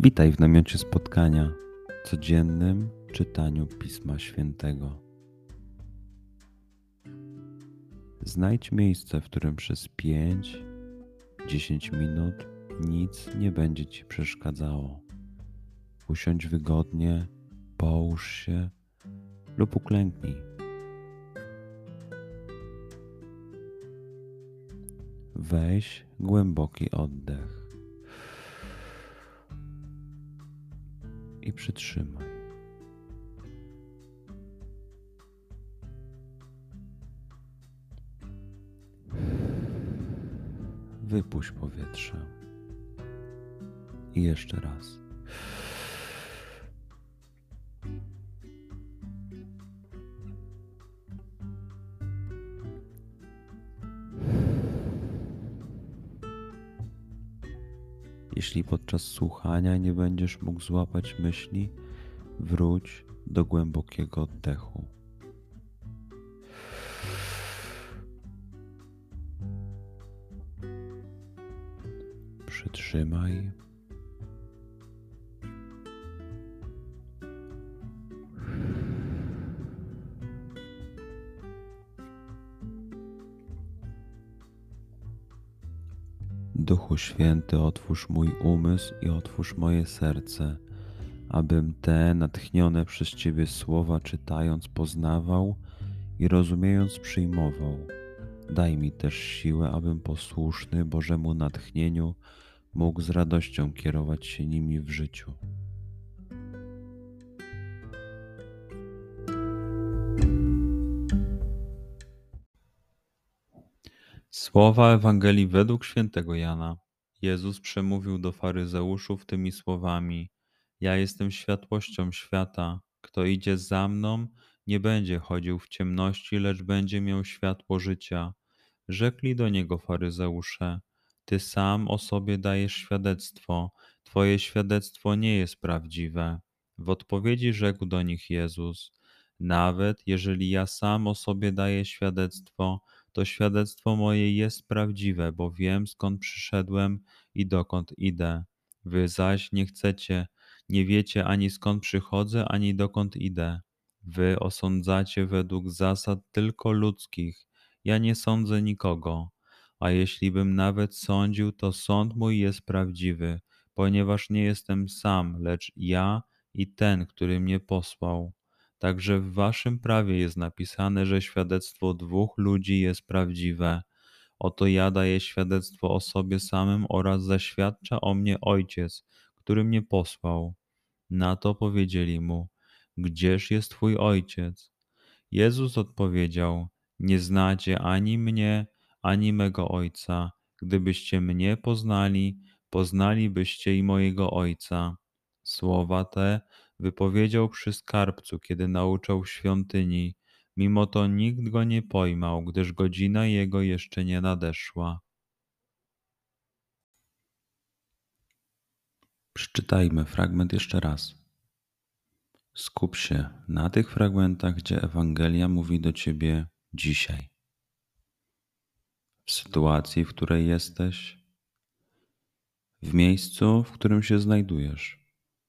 Witaj w namiocie spotkania, codziennym czytaniu Pisma Świętego. Znajdź miejsce, w którym przez 5-10 minut nic nie będzie Ci przeszkadzało. Usiądź wygodnie, połóż się lub uklęknij. Weź głęboki oddech i przytrzymaj. Wypuść powietrze. I jeszcze raz. Jeśli podczas słuchania nie będziesz mógł złapać myśli, wróć do głębokiego oddechu. Przytrzymaj. Duchu Święty, otwórz mój umysł i otwórz moje serce, abym te natchnione przez Ciebie słowa czytając poznawał i rozumiejąc przyjmował. Daj mi też siłę, abym posłuszny Bożemu natchnieniu mógł z radością kierować się nimi w życiu. Słowa Ewangelii według świętego Jana. Jezus przemówił do faryzeuszów tymi słowami: Ja jestem światłością świata. Kto idzie za mną, nie będzie chodził w ciemności, lecz będzie miał światło życia. Rzekli do niego faryzeusze: Ty sam o sobie dajesz świadectwo, twoje świadectwo nie jest prawdziwe. W odpowiedzi rzekł do nich Jezus: Nawet jeżeli ja sam o sobie daję świadectwo, to świadectwo moje jest prawdziwe, bo wiem, skąd przyszedłem i dokąd idę. Wy zaś nie wiecie ani skąd przychodzę, ani dokąd idę. Wy osądzacie według zasad tylko ludzkich. Ja nie sądzę nikogo. A jeśli bym nawet sądził, to sąd mój jest prawdziwy, ponieważ nie jestem sam, lecz ja i ten, który mnie posłał. Także w waszym prawie jest napisane, że świadectwo dwóch ludzi jest prawdziwe. Oto ja daję świadectwo o sobie samym oraz zaświadcza o mnie Ojciec, który mnie posłał. Na to powiedzieli mu: Gdzież jest twój ojciec? Jezus odpowiedział: Nie znacie ani mnie, ani mego Ojca. Gdybyście mnie poznali, poznalibyście i mojego Ojca. Słowa te wypowiedział przy skarbcu, kiedy nauczał w świątyni. Mimo to nikt go nie pojmał, gdyż godzina jego jeszcze nie nadeszła. Przeczytajmy fragment jeszcze raz. Skup się na tych fragmentach, gdzie Ewangelia mówi do Ciebie dzisiaj. W sytuacji, w której jesteś, w miejscu, w którym się znajdujesz,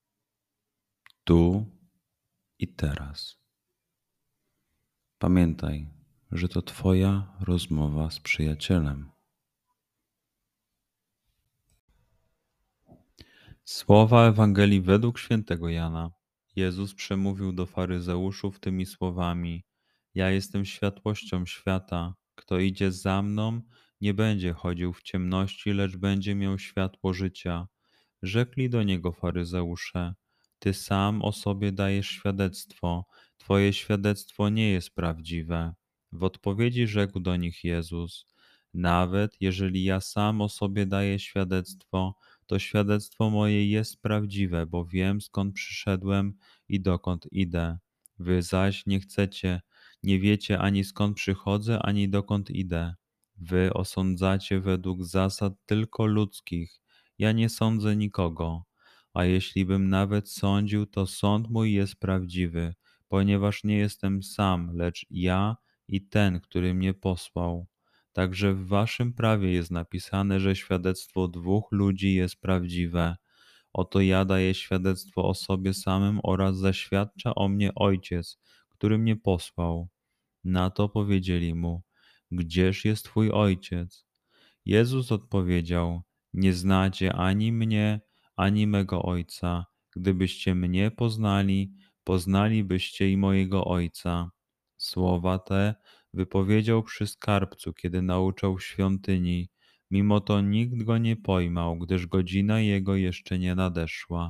tu i teraz. Pamiętaj, że to Twoja rozmowa z przyjacielem. Słowa Ewangelii według świętego Jana. Jezus przemówił do faryzeuszów tymi słowami: Ja jestem światłością świata. Kto idzie za mną, nie będzie chodził w ciemności, lecz będzie miał światło życia. Rzekli do niego faryzeusze: Ty sam o sobie dajesz świadectwo, twoje świadectwo nie jest prawdziwe. W odpowiedzi rzekł do nich Jezus: Nawet jeżeli ja sam o sobie daję świadectwo, to świadectwo moje jest prawdziwe, bo wiem, skąd przyszedłem i dokąd idę. Wy zaś nie wiecie ani skąd przychodzę, ani dokąd idę. Wy osądzacie według zasad tylko ludzkich. Ja nie sądzę nikogo. A jeśli bym nawet sądził, to sąd mój jest prawdziwy, ponieważ nie jestem sam, lecz ja i ten, który mnie posłał. Także w waszym prawie jest napisane, że świadectwo dwóch ludzi jest prawdziwe. Oto ja daję świadectwo o sobie samym oraz zaświadcza o mnie Ojciec, który mnie posłał. Na to powiedzieli mu: Gdzież jest twój ojciec? Jezus odpowiedział: Nie znacie ani mnie, ani mego ojca. Gdybyście mnie poznali, poznalibyście i mojego ojca. Słowa te wypowiedział przy skarbcu, kiedy nauczał w świątyni. Mimo to nikt go nie pojmał, gdyż godzina jego jeszcze nie nadeszła.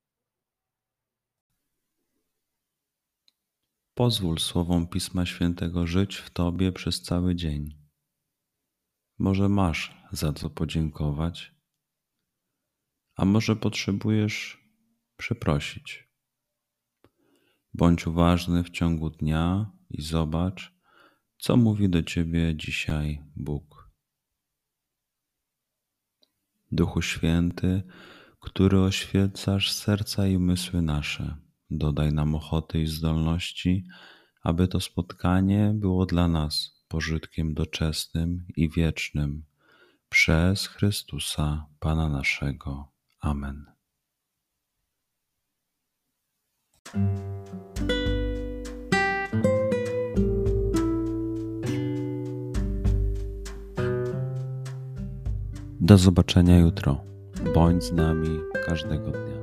Pozwól słowom Pisma Świętego żyć w Tobie przez cały dzień. Może masz za co podziękować, a może potrzebujesz przeprosić. Bądź uważny w ciągu dnia i zobacz, co mówi do Ciebie dzisiaj Bóg. Duchu Święty, który oświecasz serca i umysły nasze, dodaj nam ochoty i zdolności, aby to spotkanie było dla nas pożytkiem doczesnym i wiecznym. Przez Chrystusa, Pana naszego. Amen. Do zobaczenia jutro. Bądź z nami każdego dnia.